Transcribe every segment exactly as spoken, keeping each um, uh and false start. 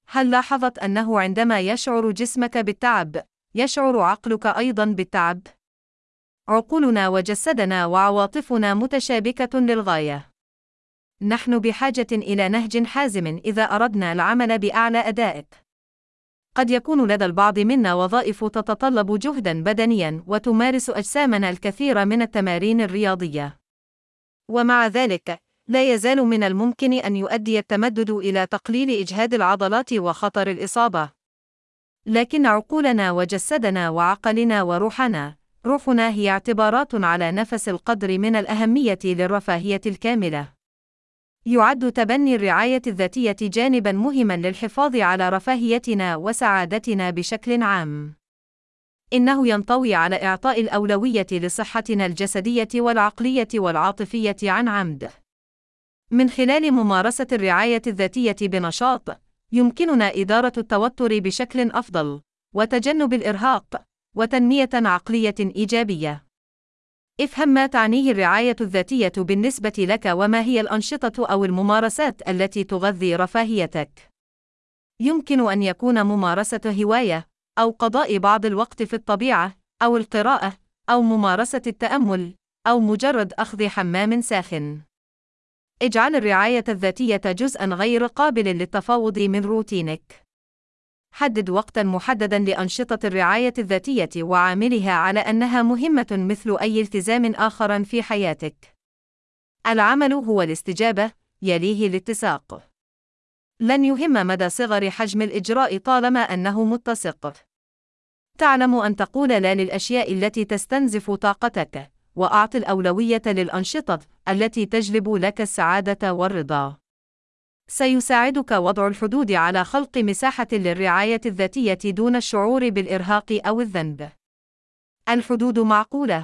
هل لاحظت أنه عندما يشعر جسمك بالتعب، يشعر عقلك أيضاً بالتعب؟ عقولنا وجسدنا وعواطفنا متشابكة للغاية. نحن بحاجة إلى نهج حازم إذا أردنا العمل بأعلى أداء. قد يكون لدى البعض منا وظائف تتطلب جهداً بدنياً وتمارس أجسامنا الكثير من التمارين الرياضية. ومع ذلك، لا يزال من الممكن أن يؤدي التمدد إلى تقليل إجهاد العضلات وخطر الإصابة. لكن عقولنا وجسدنا وعقلنا وروحنا، روحنا هي اعتبارات على نفس القدر من الأهمية للرفاهية الكاملة. يعد تبني الرعاية الذاتية جانباً مهماً للحفاظ على رفاهيتنا وسعادتنا بشكل عام. إنه ينطوي على إعطاء الأولوية لصحتنا الجسدية والعقلية والعاطفية عن عمد. من خلال ممارسة الرعاية الذاتية بنشاط، يمكننا إدارة التوتر بشكل أفضل، وتجنب الإرهاق، وتنمية عقلية إيجابية. افهم ما تعنيه الرعاية الذاتية بالنسبة لك وما هي الأنشطة أو الممارسات التي تغذي رفاهيتك. يمكن أن يكون ممارسة هواية، أو قضاء بعض الوقت في الطبيعة، أو القراءة، أو ممارسة التأمل، أو مجرد أخذ حمام ساخن. اجعل الرعاية الذاتية جزءاً غير قابل للتفاوض من روتينك. حدد وقتاً محدداً لأنشطة الرعاية الذاتية وعاملها على أنها مهمة مثل أي التزام آخر في حياتك. العمل هو الاستجابة، يليه الاتساق. لن يهم مدى صغر حجم الإجراء طالما أنه متسق. تعلم أن تقول لا للأشياء التي تستنزف طاقتك، وأعط الأولوية للأنشطة التي تجلب لك السعادة والرضا. سيساعدك وضع الحدود على خلق مساحة للرعاية الذاتية دون الشعور بالإرهاق أو الذنب. الحدود معقولة.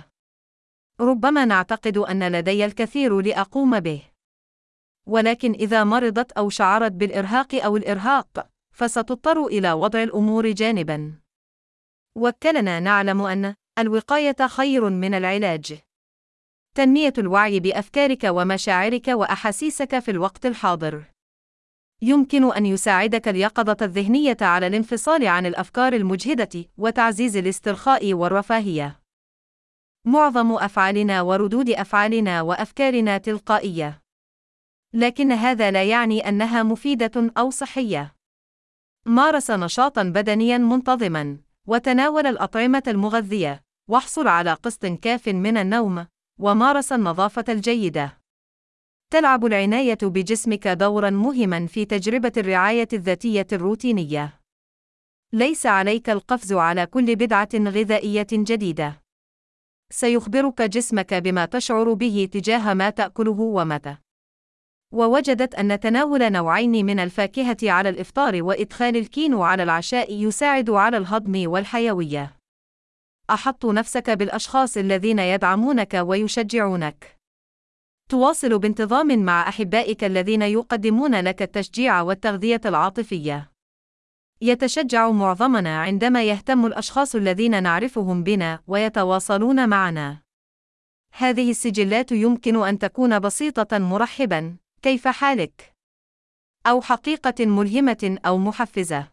ربما نعتقد أن لدي الكثير لأقوم به. ولكن إذا مرضت أو شعرت بالإرهاق أو الإرهاق، فستضطر إلى وضع الأمور جانباً. وكلنا نعلم أن الوقاية خير من العلاج. تنمية الوعي بأفكارك ومشاعرك وأحاسيسك في الوقت الحاضر يمكن أن يساعدك اليقظة الذهنية على الانفصال عن الأفكار المجهدة وتعزيز الاسترخاء والرفاهية. معظم أفعالنا وردود أفعالنا وأفكارنا تلقائية. لكن هذا لا يعني أنها مفيدة أو صحية. مارس نشاطاً بدنياً منتظماً، وتناول الأطعمة المغذية، واحصل على قسط كاف من النوم، ومارس النظافة الجيدة. تلعب العناية بجسمك دوراً مهماً في تجربة الرعاية الذاتية الروتينية. ليس عليك القفز على كل بدعة غذائية جديدة. سيخبرك جسمك بما تشعر به تجاه ما تأكله ومتى. ووجدت أن تناول نوعين من الفاكهة على الإفطار وإدخال الكينو على العشاء يساعد على الهضم والحيوية. أحط نفسك بالأشخاص الذين يدعمونك ويشجعونك. تواصل بانتظام مع أحبائك الذين يقدمون لك التشجيع والتغذية العاطفية. يتشجع معظمنا عندما يهتم الأشخاص الذين نعرفهم بنا ويتواصلون معنا. هذه السجلات يمكن أن تكون بسيطة مرحباً، كيف حالك؟ أو حقيقة ملهمة أو محفزة.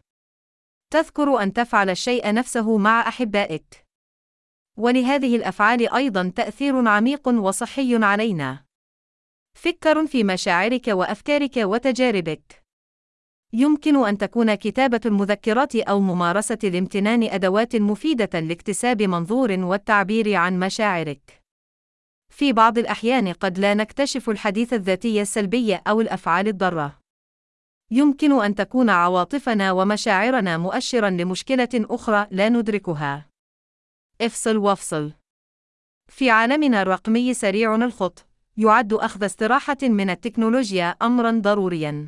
تذكر أن تفعل الشيء نفسه مع أحبائك. ولهذه الأفعال أيضاً تأثير عميق وصحي علينا. فكر في مشاعرك وأفكارك وتجاربك. يمكن أن تكون كتابة المذكرات أو ممارسة الامتنان أدوات مفيدة لاكتساب منظور والتعبير عن مشاعرك. في بعض الأحيان قد لا نكتشف الحديث الذاتي السلبي أو الأفعال الضارة. يمكن أن تكون عواطفنا ومشاعرنا مؤشراً لمشكلة أخرى لا ندركها. افصل وافصل. في عالمنا الرقمي سريع الخط، يعد أخذ استراحة من التكنولوجيا أمراً ضرورياً.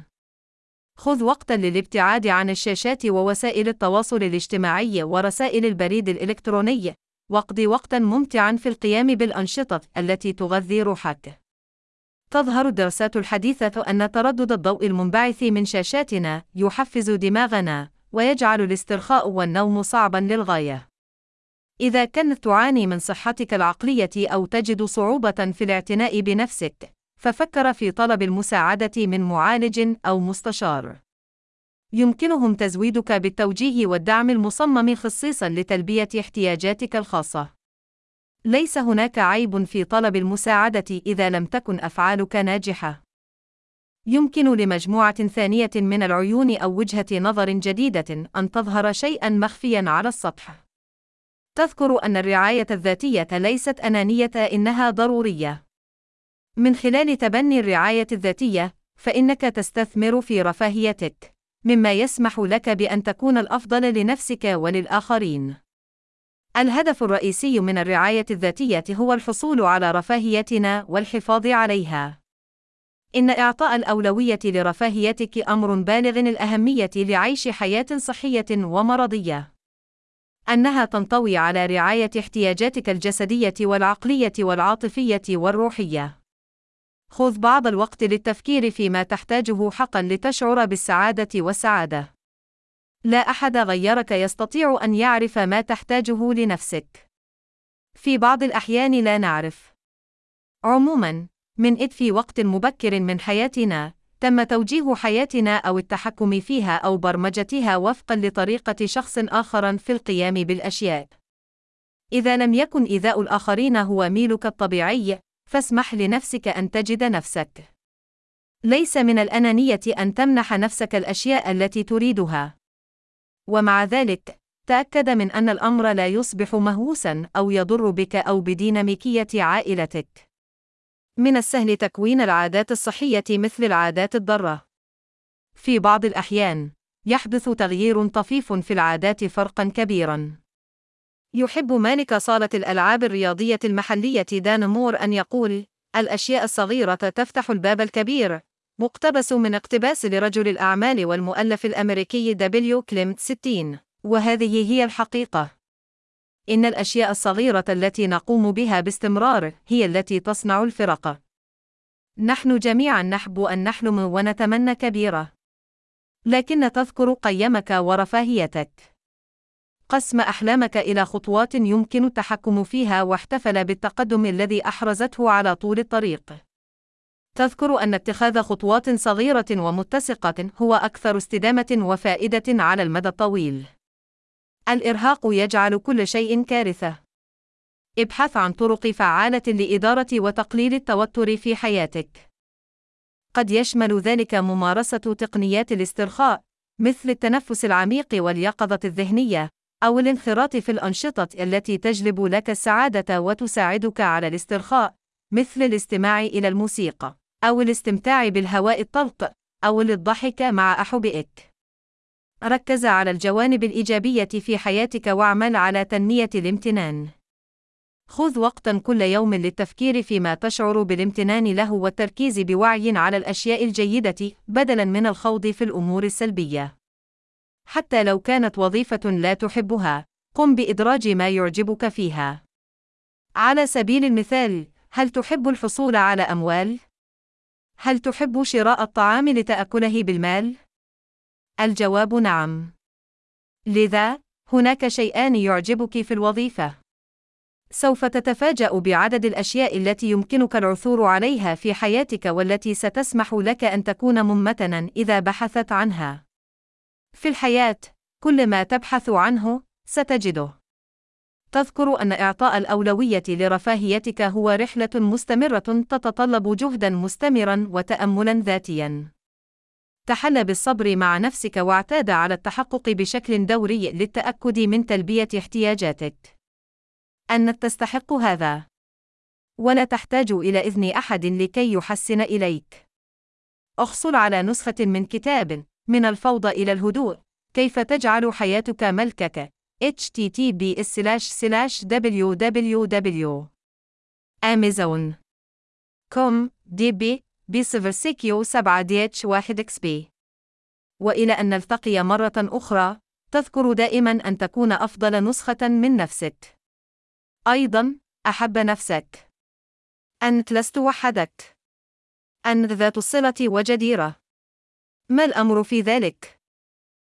خذ وقتاً للابتعاد عن الشاشات ووسائل التواصل الاجتماعي ورسائل البريد الإلكتروني، واقضِ وقتاً ممتعاً في القيام بالأنشطة التي تغذي روحك. تظهر الدراسات الحديثة أن تردد الضوء المنبعث من شاشاتنا يحفز دماغنا، ويجعل الاسترخاء والنوم صعباً للغاية. إذا كنت تعاني من صحتك العقلية أو تجد صعوبة في الاعتناء بنفسك، ففكر في طلب المساعدة من معالج أو مستشار. يمكنهم تزويدك بالتوجيه والدعم المصمم خصيصاً لتلبية احتياجاتك الخاصة. ليس هناك عيب في طلب المساعدة إذا لم تكن أفعالك ناجحة. يمكن لمجموعة ثانية من العيون أو وجهة نظر جديدة أن تظهر شيئاً مخفياً على السطح. تذكر أن الرعاية الذاتية ليست أنانية، إنها ضرورية. من خلال تبني الرعاية الذاتية، فإنك تستثمر في رفاهيتك، مما يسمح لك بأن تكون الأفضل لنفسك وللآخرين. الهدف الرئيسي من الرعاية الذاتية هو الحصول على رفاهيتنا والحفاظ عليها. إن إعطاء الأولوية لرفاهيتك أمر بالغ الأهمية لعيش حياة صحية ومرضية. أنها تنطوي على رعاية احتياجاتك الجسدية والعقلية والعاطفية والروحية. خذ بعض الوقت للتفكير فيما تحتاجه حقاً لتشعر بالسعادة والسعادة. لا أحد غيرك يستطيع أن يعرف ما تحتاجه لنفسك. في بعض الأحيان لا نعرف. عموماً، من إذ في وقت مبكر من حياتنا، تم توجيه حياتنا أو التحكم فيها أو برمجتها وفقاً لطريقة شخص آخر في القيام بالأشياء. إذا لم يكن إيذاء الآخرين هو ميلك الطبيعي، فاسمح لنفسك أن تجد نفسك. ليس من الأنانية أن تمنح نفسك الأشياء التي تريدها. ومع ذلك، تأكد من أن الأمر لا يصبح مهووساً أو يضر بك أو بديناميكية عائلتك. من السهل تكوين العادات الصحية مثل العادات الضارة. في بعض الأحيان، يحدث تغيير طفيف في العادات فرقاً كبيراً. يحب مالك صالة الألعاب الرياضية المحلية دان مور أن يقول: الأشياء الصغيرة تفتح الباب الكبير. مقتبس من اقتباس لرجل الأعمال والمؤلف الأمريكي دبليو كليمت ستين. وهذه هي الحقيقة. إن الأشياء الصغيرة التي نقوم بها باستمرار هي التي تصنع الفرق. نحن جميعاً نحب أن نحلم ونتمنى كبيرة. لكن تذكر قيمك ورفاهيتك. قسم أحلامك إلى خطوات يمكن التحكم فيها واحتفل بالتقدم الذي أحرزته على طول الطريق. تذكر أن اتخاذ خطوات صغيرة ومتسقة هو أكثر استدامة وفائدة على المدى الطويل. الإرهاق يجعل كل شيء كارثة. ابحث عن طرق فعالة لإدارة وتقليل التوتر في حياتك. قد يشمل ذلك ممارسة تقنيات الاسترخاء، مثل التنفس العميق واليقظة الذهنية، أو الانخراط في الأنشطة التي تجلب لك السعادة وتساعدك على الاسترخاء، مثل الاستماع إلى الموسيقى، أو الاستمتاع بالهواء الطلق، أو الضحك مع أحبائك. ركز على الجوانب الإيجابية في حياتك واعمل على تنمية الامتنان. خذ وقتاً كل يوم للتفكير فيما تشعر بالامتنان له والتركيز بوعي على الأشياء الجيدة بدلاً من الخوض في الأمور السلبية. حتى لو كانت وظيفة لا تحبها، قم بإدراج ما يعجبك فيها. على سبيل المثال، هل تحب الحصول على أموال؟ هل تحب شراء الطعام لتأكله بالمال؟ الجواب نعم. لذا، هناك شيئان يعجبك في الوظيفة. سوف تتفاجأ بعدد الأشياء التي يمكنك العثور عليها في حياتك والتي ستسمح لك أن تكون ممتناً إذا بحثت عنها. في الحياة، كل ما تبحث عنه، ستجده. تذكر أن إعطاء الأولوية لرفاهيتك هو رحلة مستمرة تتطلب جهداً مستمراً وتأملاً ذاتياً. تحلى بالصبر مع نفسك واعتاد على التحقق بشكل دوري للتأكد من تلبية احتياجاتك. أنك تستحق هذا. ولا تحتاج إلى إذن أحد لكي يحسن إليك. احصل على نسخة من كتاب من الفوضى إلى الهدوء، كيف تجعل حياتك ملكك. إتش تي تي بي إس سلاش سلاش دبليو دبليو دبليو دوت أمازون دوت كوم دي بي بي سيفرسيكيو سبعة دي إتش واحد إكس بي. وإلى أن نلتقي مرة أخرى، تذكر دائما أن تكون أفضل نسخة من نفسك. أيضا، أحب نفسك. أنت لست وحدك. أنت ذات الصلة وجديرة. ما الأمر في ذلك؟